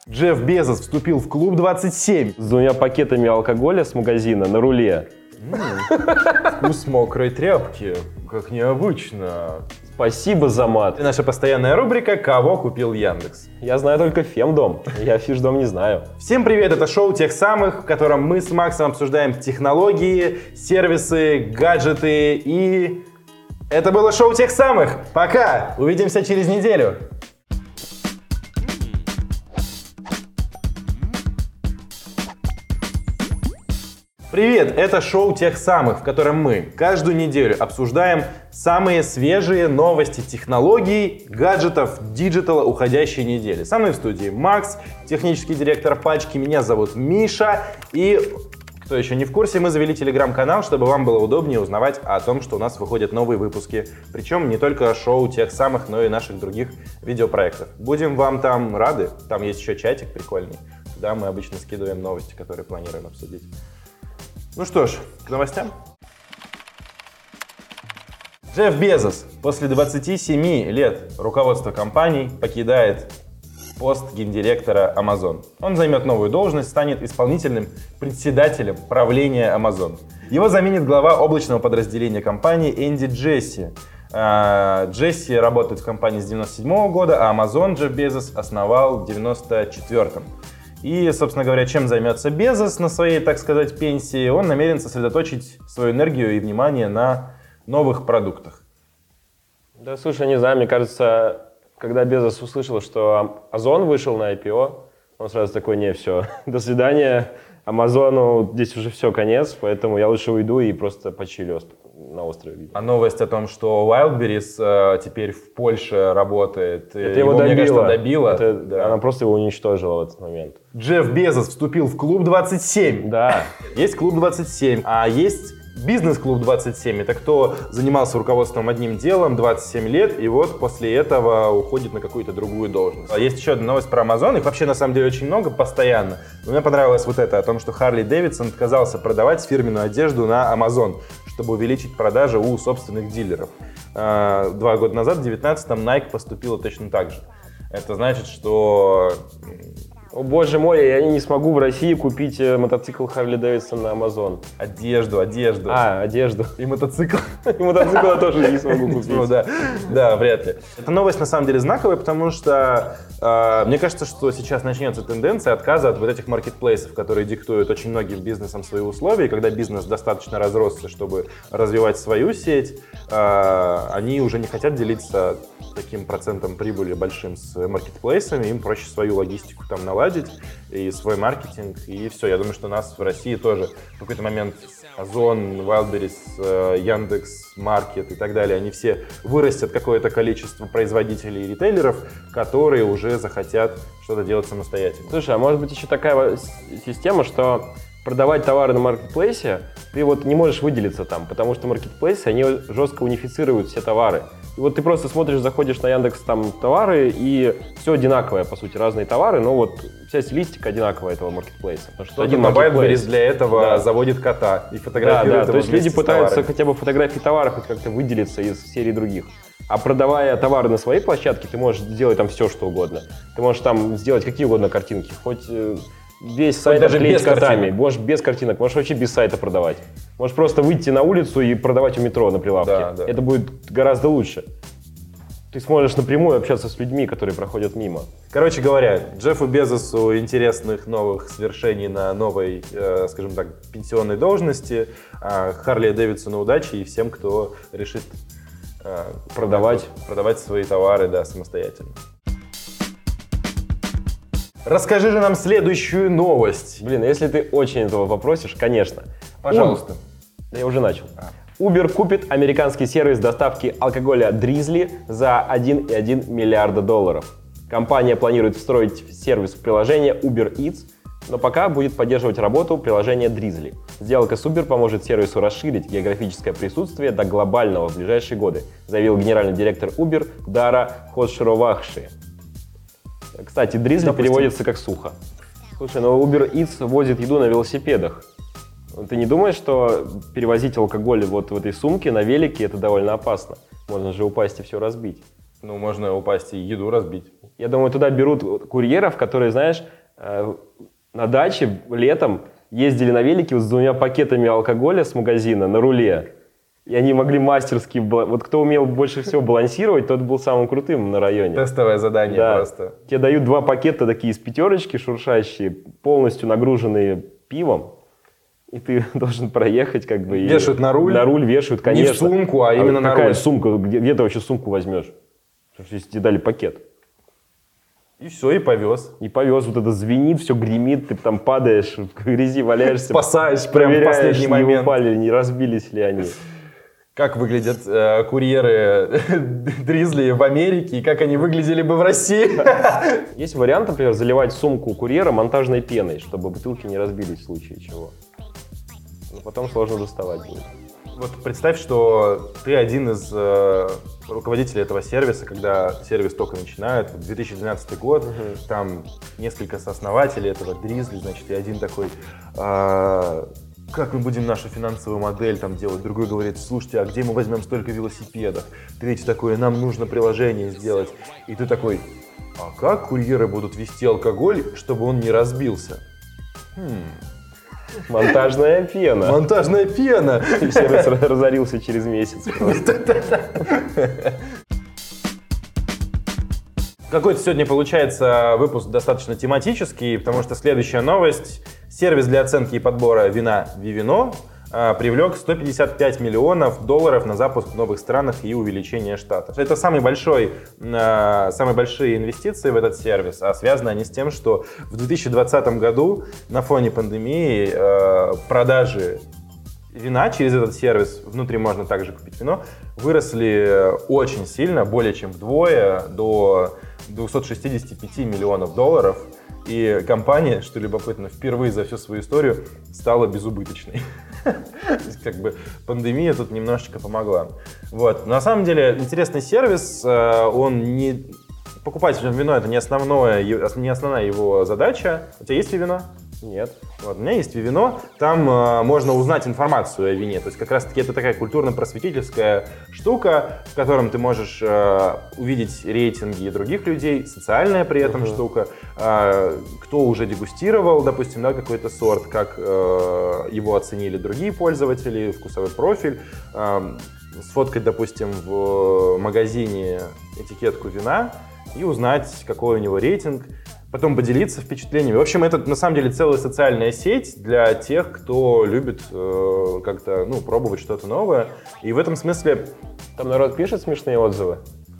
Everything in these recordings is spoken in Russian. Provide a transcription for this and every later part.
Джефф Безос вступил в клуб 27. С 2 пакетами алкоголя с магазина на руле. Вкус мокрой тряпки. Как необычно. Спасибо, Замат. И наша постоянная рубрика «Кого купил Яндекс?». Я знаю только Фемдом. Я Фишдом не знаю. Всем привет, это шоу тех самых, в котором мы с Максом обсуждаем технологии, сервисы, гаджеты и... Это было шоу тех самых. Пока! Увидимся через неделю. Привет! Это шоу тех самых, в котором мы каждую неделю обсуждаем самые свежие новости технологий, гаджетов, диджитала уходящей недели. Со мной в студии Макс, технический директор пачки, меня зовут Миша и... Кто еще не в курсе, мы завели телеграм-канал, чтобы вам было удобнее узнавать о том, что у нас выходят новые выпуски. Причем не только шоу тех самых, но и наших других видеопроектов. Будем вам там рады. Там есть еще чатик прикольный. Туда мы обычно скидываем новости, которые планируем обсудить. Ну что ж, к новостям. Джефф Безос после 27 лет руководства компаний покидает пост гендиректора Amazon. Он займет новую должность, станет исполнительным председателем правления Amazon. Его заменит глава облачного подразделения компании Энди Джесси. Джесси работает в компании с 1997 года, а Amazon Джефф Безос основал в 1994. И, собственно говоря, чем займется Безос на своей, так сказать, пенсии, он намерен сосредоточить свою энергию и внимание на новых продуктах. Да, слушай, не знаю, мне кажется... Когда Безос услышал, что Озон вышел на IPO, он сразу такой: не, все, до свидания, Амазону здесь уже все, конец, поэтому я лучше уйду и просто почилю на острове. А новость о том, что Wildberries теперь в Польше работает, это его добило. Мне кажется, добило. Да. Она просто его уничтожила в этот момент. Джефф Безос вступил в клуб 27. Да. Есть клуб 27, а есть... Бизнес-клуб 27 — это кто занимался руководством одним делом 27 лет и вот после этого уходит на какую-то другую должность. Есть еще одна новость про Amazon, их вообще на самом деле очень много постоянно. Но мне понравилось вот это, о том, что Харли Дэвидсон отказался продавать фирменную одежду на Amazon, чтобы увеличить продажи у собственных дилеров. 2 года назад, в 2019-м, Nike поступила точно так же. Это значит, что... О боже мой, я не смогу в России купить мотоцикл Харли Дэвидсон на Amazon. Одежду. Одежду. И мотоцикл. И мотоцикл я тоже не смогу купить. Ну да, вряд ли. Эта новость на самом деле знаковая, потому что мне кажется, что сейчас начнется тенденция отказа от вот этих маркетплейсов, которые диктуют очень многим бизнесам свои условия. И когда бизнес достаточно разросся, чтобы развивать свою сеть, они уже не хотят делиться таким процентом прибыли большим с маркетплейсами, им проще свою логистику там наладить и свой маркетинг, и все. Я думаю, что у нас в России тоже в какой-то момент Озон, Wildberries, Яндекс.Маркет и так далее, они все вырастят какое-то количество производителей и ритейлеров, которые уже захотят что-то делать самостоятельно. Слушай, а может быть еще такая система, что продавать товары на маркетплейсе, ты вот не можешь выделиться там, потому что маркетплейсы, они жестко унифицируют все товары. И вот ты просто смотришь, заходишь на Яндекс, там товары, и все одинаковое, по сути, разные товары, но вот вся стилистика одинаковая этого маркетплейса. Потому что один Wildberries для этого заводит кота и фотографирует его. То есть люди пытаются хотя бы фотографии товара хоть как-то выделиться из серии других. А продавая товары на своей площадке, ты можешь сделать там все, что угодно. Ты можешь там сделать какие угодно картинки, хоть... Весь сайт даже обклеить без котами, картинок. можешь без картинок, можешь вообще без сайта продавать. Можешь просто выйти на улицу и продавать у метро на прилавке. Да. Это будет гораздо лучше. Ты сможешь напрямую общаться с людьми, которые проходят мимо. Короче говоря, Джеффу Безосу интересных новых свершений на новой, скажем так, пенсионной должности, Харли Дэвидсону удачи и всем, кто решит продавать свои товары самостоятельно. Расскажи же нам следующую новость. Блин, если ты очень этого попросишь, конечно. Пожалуйста. Я уже начал. Uber купит американский сервис доставки алкоголя Drizzly за $1,1 миллиарда. Компания планирует встроить сервис в приложение Uber Eats, но пока будет поддерживать работу приложения Drizzly. Сделка с Uber поможет сервису расширить географическое присутствие до глобального в ближайшие годы, заявил генеральный директор Uber Дара Ходшировахши. Кстати, Drizzly переводится как «сухо». Слушай, но Uber Eats возит еду на велосипедах. Ты не думаешь, что перевозить алкоголь вот в этой сумке на велике — это довольно опасно? Можно же упасть и все разбить. Ну, можно упасть и еду разбить. Я думаю, туда берут курьеров, которые, знаешь, на даче летом ездили на велике вот с 2 пакетами алкоголя с магазина на руле. И они могли мастерски... Вот кто умел больше всего балансировать, тот был самым крутым на районе. Тестовое задание просто. Тебе дают 2 пакета такие из 5 шуршащие, полностью нагруженные пивом. И ты должен проехать как бы... Вешают на руль? На руль вешают, конечно. Не в сумку, а именно на руль. Какая сумка? Где ты вообще сумку возьмешь? Потому что если тебе дали пакет. И все, и повез. И повез, вот это звенит, все гремит, ты там падаешь, в грязи валяешься. Спасаешь прямо в последний не момент. упали, не разбились ли они. Как выглядят курьеры Drizzly в Америке и как они выглядели бы в России? Есть вариант, например, заливать сумку курьера монтажной пеной, чтобы бутылки не разбились в случае чего. Но потом сложно доставать будет. Вот представь, что ты один из руководителей этого сервиса, когда сервис только начинает, 2012 год, там несколько сооснователей этого Drizzly, значит, и один такой... как мы будем нашу финансовую модель там делать? Другой говорит, слушайте, а где мы возьмем столько велосипедов? Третий такой, нам нужно приложение сделать. И ты такой, а как курьеры будут везти алкоголь, чтобы он не разбился? Монтажная пена. Монтажная пена! И сервис разорился через месяц. Какой-то сегодня получается выпуск достаточно тематический, потому что следующая новость. Сервис для оценки и подбора вина Vivino привлек $155 миллионов на запуск в новых странах и увеличение штатов. Это самые большие инвестиции в этот сервис, а связаны они с тем, что в 2020 году на фоне пандемии продажи вина через этот сервис, внутри можно также купить вино, выросли очень сильно, более чем вдвое, до $265 миллионов. И компания, что любопытно, впервые за всю свою историю стала безубыточной. То есть, как бы, пандемия тут немножечко помогла. Вот. На самом деле, интересный сервис, он не... Покупать вино — это не основная его задача. У тебя есть вино? Нет. Вот, у меня есть Vivino, там можно узнать информацию о вине. То есть как раз-таки это такая культурно-просветительская штука, в котором ты можешь увидеть рейтинги других людей, социальная при этом штука, кто уже дегустировал, допустим, да, какой-то сорт, как его оценили другие пользователи, вкусовой профиль, сфоткать, допустим, в магазине этикетку вина и узнать, какой у него рейтинг. Потом поделиться впечатлениями. В общем, это на самом деле целая социальная сеть для тех, кто любит как-то пробовать что-то новое. И в этом смысле... Там народ пишет смешные отзывы?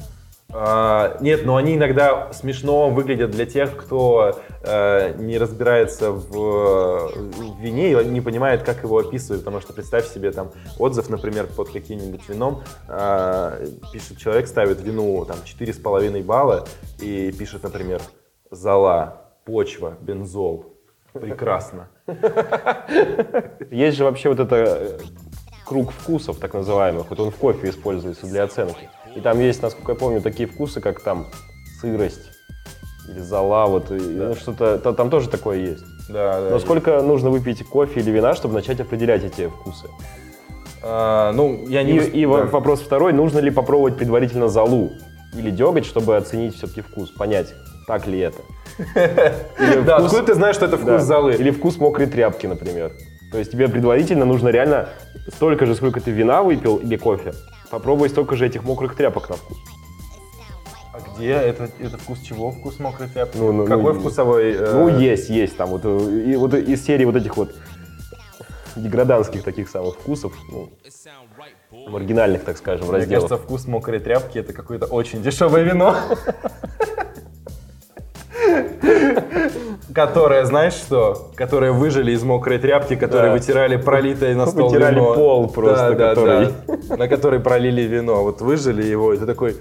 Нет, но они иногда смешно выглядят для тех, кто не разбирается в вине и не понимает, как его описывают. Потому что представь себе там отзыв, например, под каким-нибудь вином. Пишет человек, ставит вину там 4,5 балла и пишет, например, зола, почва, бензол. Прекрасно. Есть же вообще вот это круг вкусов, так называемых. Вот он в кофе используется для оценки. И там есть, насколько я помню, такие вкусы, как там сырость или зола. Вот, что-то там тоже такое есть. Да, Но сколько нужно выпить кофе или вина, чтобы начать определять эти вкусы? И вопрос второй. Нужно ли попробовать предварительно золу или деготь, чтобы оценить все-таки вкус, понять, так ли это? Да, откуда ты знаешь, что это вкус золы? Или вкус мокрой тряпки, например. То есть тебе предварительно нужно реально столько же, сколько ты вина выпил или кофе, попробуй столько же этих мокрых тряпок на вкус. А где это вкус чего? Вкус мокрой тряпки? Какой вкусовой? Есть там вот из серии вот этих вот деграданских таких самых вкусов, маргинальных, так скажем, разделов. Мне кажется, вкус мокрой тряпки — это какое-то очень дешевое вино. Которое, знаешь что? Которое выжили из мокрой тряпки, которые вытирали пролитое на стол вытирали вино. пол просто, на который пролили вино. Вот выжили его, и ты такой...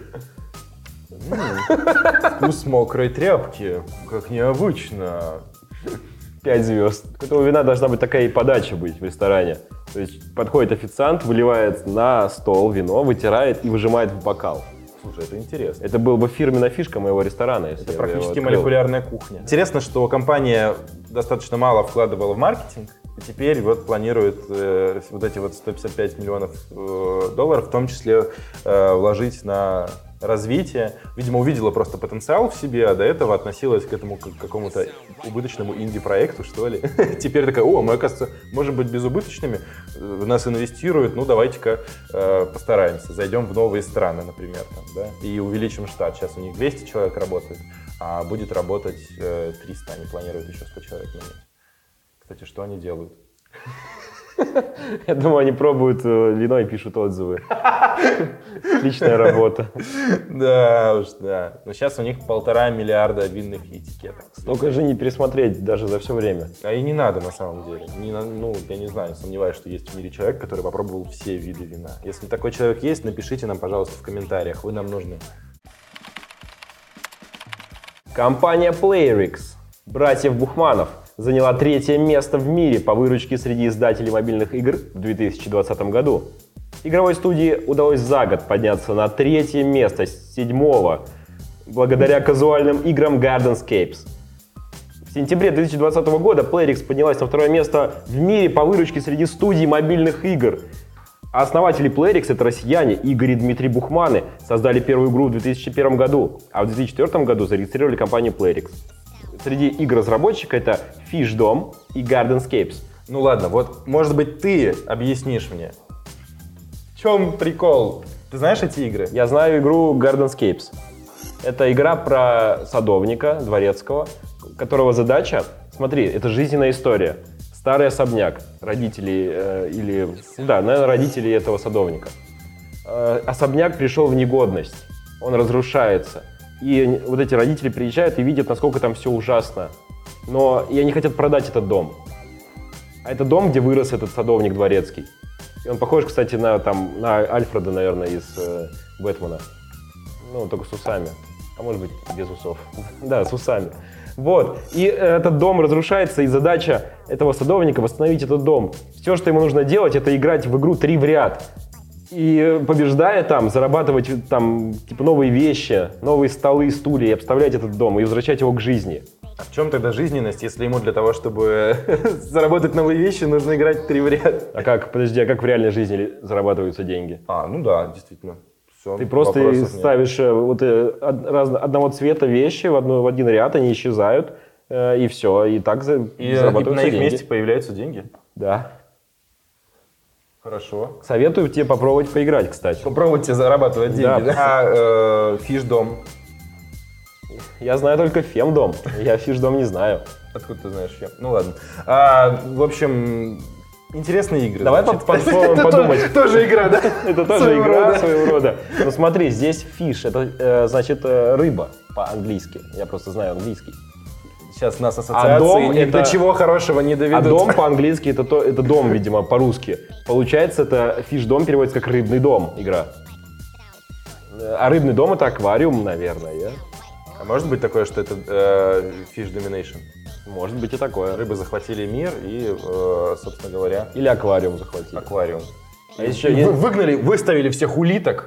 Вкус мокрой тряпки, как необычно. 5 звезд. У этого вина должна быть такая и подача быть в ресторане. То есть подходит официант, выливает на стол вино, вытирает и выжимает в бокал. Слушай, это интересно. Это была бы фирменная фишка моего ресторана. Это практически молекулярная кухня. Интересно, что компания достаточно мало вкладывала в маркетинг, и теперь вот планирует вот эти вот $155 миллионов, в том числе вложить на развития. Видимо, увидела просто потенциал в себе, а до этого относилась к этому как к какому-то убыточному инди-проекту, что ли. Теперь такая, мы, оказывается, можем быть безубыточными, в нас инвестируют, давайте-ка постараемся, зайдем в новые страны, например, там, да, и увеличим штат. Сейчас у них 200 человек работает, а будет работать 300, они планируют еще 100 человек нанять. Кстати, что они делают? Я думаю, они пробуют вино и пишут отзывы. Отличная работа. Да уж, да. Но сейчас у них 1,5 миллиарда винных этикеток. Столько же не пересмотреть даже за все время. А и не надо на самом деле. Я не знаю, сомневаюсь, что есть в мире человек, который попробовал все виды вина. Если такой человек есть, напишите нам, пожалуйста, в комментариях. Вы нам нужны. Компания Playrix, братьев Бухманов, заняла 3-е место в мире по выручке среди издателей мобильных игр в 2020 году. Игровой студии удалось за год подняться на 3-е место с 7-го, благодаря казуальным играм Gardenscapes. В сентябре 2020 года Playrix поднялась на 2-е место в мире по выручке среди студий мобильных игр. А основатели Playrix — это россияне Игорь и Дмитрий Бухманы, создали первую игру в 2001 году, а в 2004 году зарегистрировали компанию Playrix. Среди игр-разработчиков это Fishdom и Gardenscapes. Ну ладно, вот, может быть, ты объяснишь мне, в чем прикол? Ты знаешь эти игры? Я знаю игру Gardenscapes. Это игра про садовника дворецкого, которого задача... Смотри, это жизненная история. Старый особняк, родители родители этого садовника. Особняк пришел в негодность, он разрушается. И вот эти родители приезжают и видят, насколько там все ужасно. Но и они хотят продать этот дом. А это дом, где вырос этот садовник дворецкий. И он похож, кстати, на Альфреда, наверное, из Бэтмена. Только с усами. А может быть, без усов. Да, с усами. Вот. И этот дом разрушается, и задача этого садовника — восстановить этот дом. Все, что ему нужно делать, это играть в игру 3 в ряд. И побеждая там, зарабатывать там новые вещи, новые столы, стулья, и обставлять этот дом, и возвращать его к жизни. А в чем тогда жизненность, если ему для того, чтобы заработать новые вещи, нужно играть 3 в ряд? А как в реальной жизни зарабатываются деньги? Да, действительно. Все, ты просто ставишь одного цвета вещи в один ряд, они исчезают, и все, и так зарабатываются деньги. И на их месте появляются деньги? Да. Хорошо. Советую тебе попробовать поиграть, кстати. Попробуйте зарабатывать деньги. Да. А Fishdom? Я знаю только Femdom. Я Fishdom не знаю. Откуда ты знаешь Fem? Ну ладно. В общем, интересные игры. Давай попробуем подумать. Тоже игра, да? Это тоже игра своего рода. Но смотри, здесь fish, это значит рыба по-английски. Я просто знаю английский. Сейчас нас ассоциации ни до чего хорошего не доведут. А дом по-английски это дом, видимо, по-русски. Получается, это Fishdom переводится как рыбный дом, игра. А рыбный дом — это аквариум, наверное. А может быть такое, что это Fish Domination? Может быть и такое. Рыбы захватили мир и, собственно говоря... Или аквариум захватили. Аквариум. А еще выгнали, выставили всех улиток,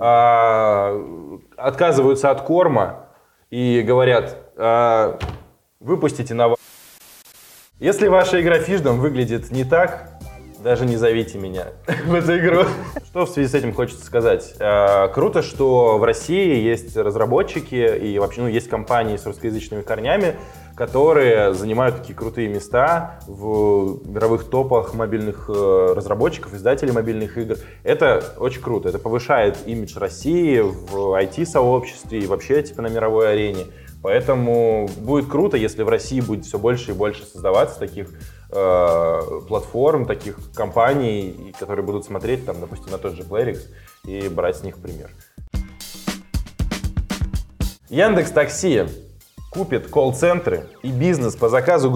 отказываются от корма и говорят... Выпустите на... Если ваша игра Fishdom выглядит не так, даже не зовите меня в эту игру. Что в связи с этим хочется сказать? Круто, что в России есть разработчики и вообще есть компании с русскоязычными корнями, которые занимают такие крутые места в мировых топах мобильных разработчиков, издателей мобильных игр. Это очень круто. Это повышает имидж России в IT-сообществе и вообще на мировой арене. Поэтому будет круто, если в России будет все больше и больше создаваться таких платформ, таких компаний, которые будут смотреть, допустим, на тот же Playrix и брать с них пример. Яндекс.Такси купит колл-центры и бизнес по заказу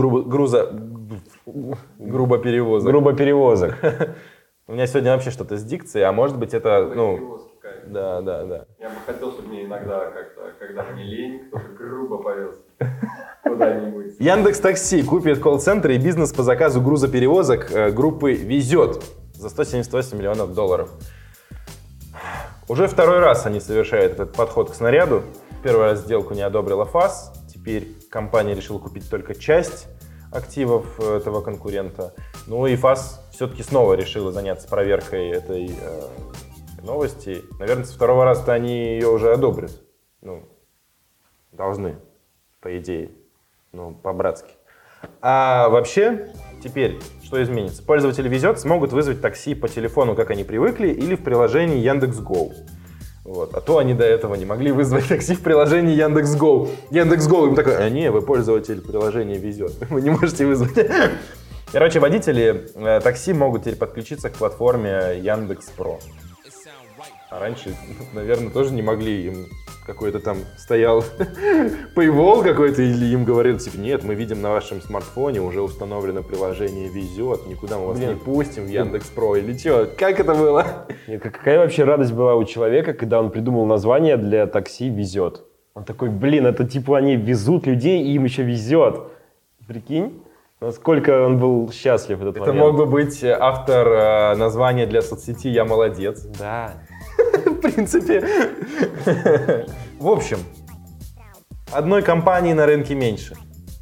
грубоперевозок. У меня сегодня вообще что-то с дикцией, а может быть это, Да. Я бы хотел, чтобы мне иногда как-то, когда мне лень, кто-то грубо повез куда-нибудь. Яндекс.Такси купит колл-центр и бизнес по заказу грузоперевозок группы «Везет» за $178 миллионов. Уже второй раз они совершают этот подход к снаряду. Первый раз сделку не одобрила ФАС. Теперь компания решила купить только часть активов этого конкурента. Ну и ФАС все-таки снова решила заняться проверкой новости. Наверное, со второго раза они ее уже одобрят. Ну, должны, по идее. Ну, по-братски. А вообще, теперь, что изменится? Пользователи «Везет» смогут вызвать такси по телефону, как они привыкли, или в приложении Яндекс.Гоу. Вот. А то они до этого не могли вызвать такси в приложении Яндекс.Гоу. Яндекс.Гоу им такой: не, вы пользователь приложения «Везет», вы не можете вызвать. Короче, водители такси могут теперь подключиться к платформе Яндекс.Про. А раньше, наверное, тоже не могли. Им какой-то там стоял paywall какой-то, или им говорили, типа, нет, мы видим на вашем смартфоне уже установлено приложение «Везет», никуда мы вас не пустим в Яндекс.Про, или что? Как это было? Нет, какая вообще радость была у человека, когда он придумал название для такси «Везет». Он такой, блин, это типа они везут людей, и им еще везет. Прикинь, насколько он был счастлив в этот момент. Это мог бы быть автор названия для соцсети «Я молодец». Да. В принципе. В общем, одной компании на рынке меньше.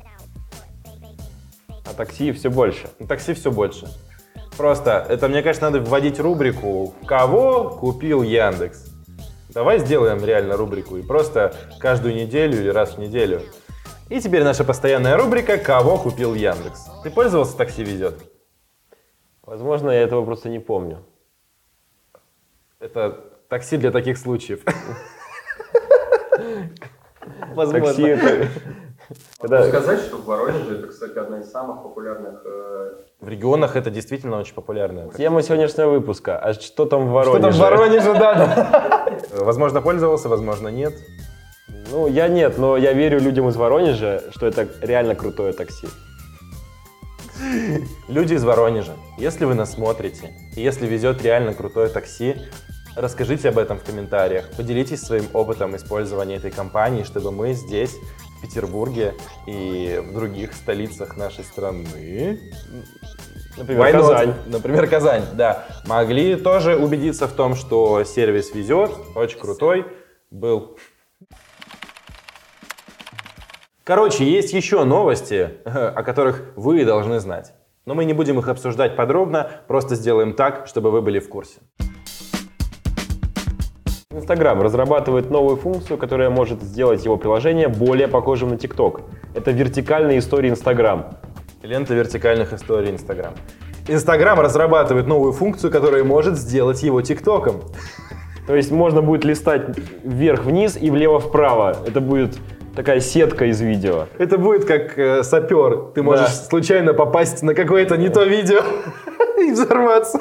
А такси все больше. Такси все больше. Просто, это, мне кажется, надо вводить рубрику «Кого купил Яндекс?». Давай сделаем реально рубрику и просто каждую неделю или раз в неделю. И теперь наша постоянная рубрика «Кого купил Яндекс?». Ты пользовался такси «Везет»? Возможно, я этого просто не помню. Это такси для таких случаев. Возможно. Такси это... Могу сказать, что в Воронеже это, кстати, одна из самых популярных... В регионах это действительно очень популярно. Тема сегодняшнего выпуска. А что там в Воронеже? Что там в Воронеже, да. Возможно, пользовался, возможно, нет. Ну, я нет, но я верю людям из Воронежа, что это реально крутое такси. Люди из Воронежа, если вы нас смотрите, и если везет реально крутое такси, расскажите об этом в комментариях, поделитесь своим опытом использования этой компании, чтобы мы здесь, в Петербурге и в других столицах нашей страны, например, Казань. Например, Казань, да, могли тоже убедиться в том, что сервис «Везет» очень крутой был. Короче, есть еще новости, о которых вы должны знать. Но мы не будем их обсуждать подробно, просто сделаем так, чтобы вы были в курсе. Instagram разрабатывает новую функцию, которая может сделать его приложение более похожим на TikTok. Это вертикальные истории Instagram. Лента вертикальных историй Instagram. Instagram разрабатывает новую функцию, которая может сделать его ТикТоком. То есть можно будет листать вверх-вниз и влево-вправо. Это будет такая сетка из видео. Это будет как сапер. Ты можешь случайно попасть на какое-то не то видео и взорваться.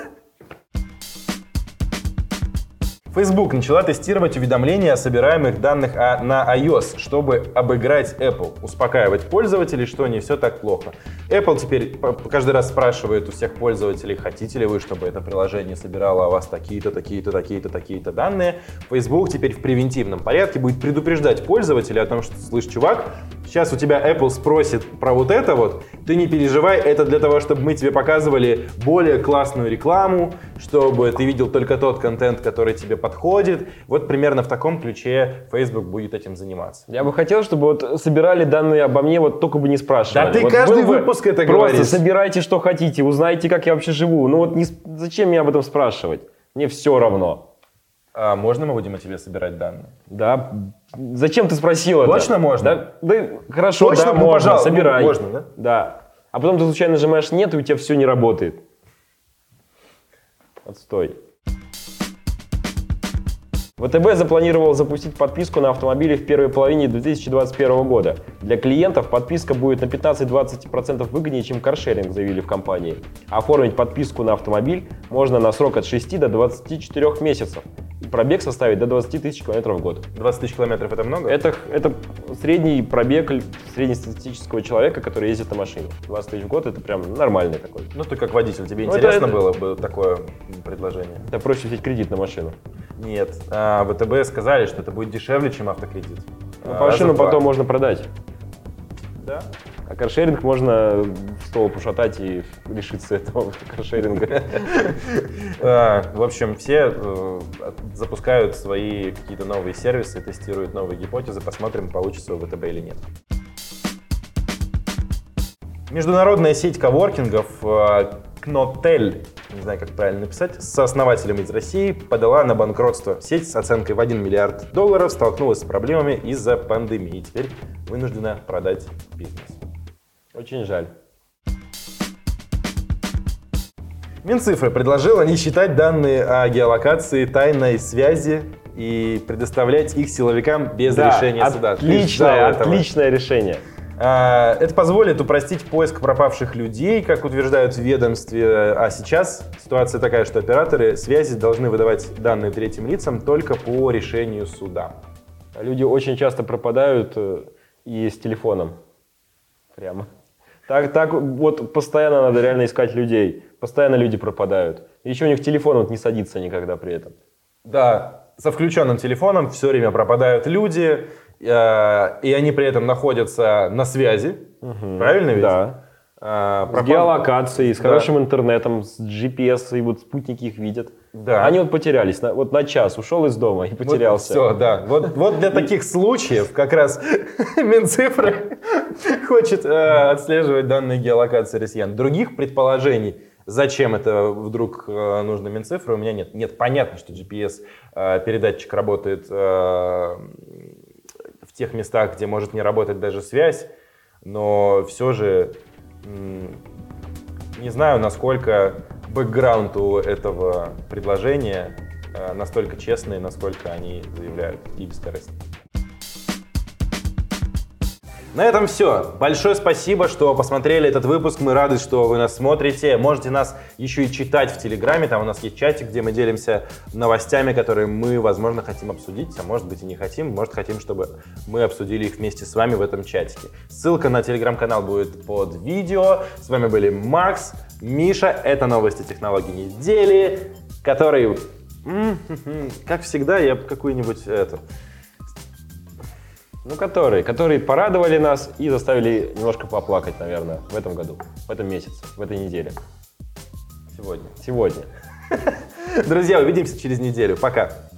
Facebook начала тестировать уведомления о собираемых данных на iOS, чтобы обыграть Apple, успокаивать пользователей, что не все так плохо. Apple теперь каждый раз спрашивает у всех пользователей, хотите ли вы, чтобы это приложение собирало о вас такие-то, такие-то, такие-то, такие-то данные. Facebook теперь в превентивном порядке будет предупреждать пользователей о том, что, слышь, чувак, сейчас у тебя Apple спросит про вот это вот, ты не переживай, это для того, чтобы мы тебе показывали более классную рекламу, чтобы ты видел только тот контент, который тебе подходит. Вот примерно в таком ключе Facebook будет этим заниматься. Я бы хотел, чтобы вот собирали данные обо мне, вот только бы не спрашивали. Да ты вот каждый выпуск это говоришь. Просто собирайте, что хотите, узнайте, как я вообще живу. Ну вот зачем мне об этом спрашивать? Мне все равно. А можно мы будем о тебе собирать данные? Да. Зачем ты спросил это? Точно можно? Да хорошо, точно? да, Ну, можно, пожалуйста. собирай. Можно, да? Да. А потом ты случайно нажимаешь «нет», и у тебя все не работает. Отстой. ВТБ запланировал запустить подписку на автомобили в первой половине 2021 года. Для клиентов подписка будет на 15-20% выгоднее, чем каршеринг, заявили в компании. Оформить подписку на автомобиль можно на срок от 6 до 24 месяцев. И пробег составит до 20 тысяч километров в год. 20 тысяч километров — это много? Это средний пробег среднестатистического человека, который ездит на машине. 20 тысяч в год — это прям нормальный такой. Ну ты как водитель, тебе интересно было бы такое предложение? Это проще взять кредит на машину. Нет. ВТБ сказали, что это будет дешевле, чем автокредит. Машину потом можно продать. Да? А каршеринг можно в стол ушатать и лишиться этого каршеринга. В общем, все запускают свои какие-то новые сервисы, тестируют новые гипотезы, посмотрим, получится у ВТБ или нет. Международная сеть коворкингов Knotel не знаю, как правильно написать, с сооснователем из России подала на банкротство. Сеть с оценкой в $1 миллиард столкнулась с проблемами из-за пандемии и теперь вынуждена продать бизнес. Очень жаль. Минцифры предложила не считать данные о геолокации тайной связи и предоставлять их силовикам без решения суда. Отличное решение. Это позволит упростить поиск пропавших людей, как утверждают в ведомстве. А сейчас ситуация такая, что операторы связи должны выдавать данные третьим лицам только по решению суда. Люди очень часто пропадают и с телефоном. Прямо. Так вот постоянно надо реально искать людей. Постоянно люди пропадают. Еще у них телефон вот не садится никогда при этом. Да, со включенным телефоном все время пропадают люди, и они при этом находятся на связи. Правильно ведь? Да. С геолокацией, с хорошим интернетом, с GPS, и вот спутники их видят. Да. Они вот потерялись. Вот на час ушел из дома и потерялся. Вот, все, да. Вот для таких случаев как раз Минцифры хочет отслеживать данные геолокации россиян. Других предположений, зачем это вдруг нужно Минцифры, у меня нет. Нет, понятно, что GPS-передатчик работает в тех местах, где может не работать даже связь, но все же не знаю, насколько бэкграунд у этого предложения настолько честный, насколько они заявляют, и бескорыстный. На этом все. Большое спасибо, что посмотрели этот выпуск. Мы рады, что вы нас смотрите. Можете нас еще и читать в Телеграме. Там у нас есть чатик, где мы делимся новостями, которые мы, возможно, хотим обсудить, а может быть и не хотим. Может, хотим, чтобы мы обсудили их вместе с вами в этом чатике. Ссылка на Телеграм-канал будет под видео. С вами были Макс, Миша. Это новости технологий недели, которые, как всегда, я какую-нибудь которые порадовали нас и заставили немножко поплакать, наверное, в этом году, в этом месяце, в этой неделе. Сегодня. Друзья, увидимся через неделю. Пока.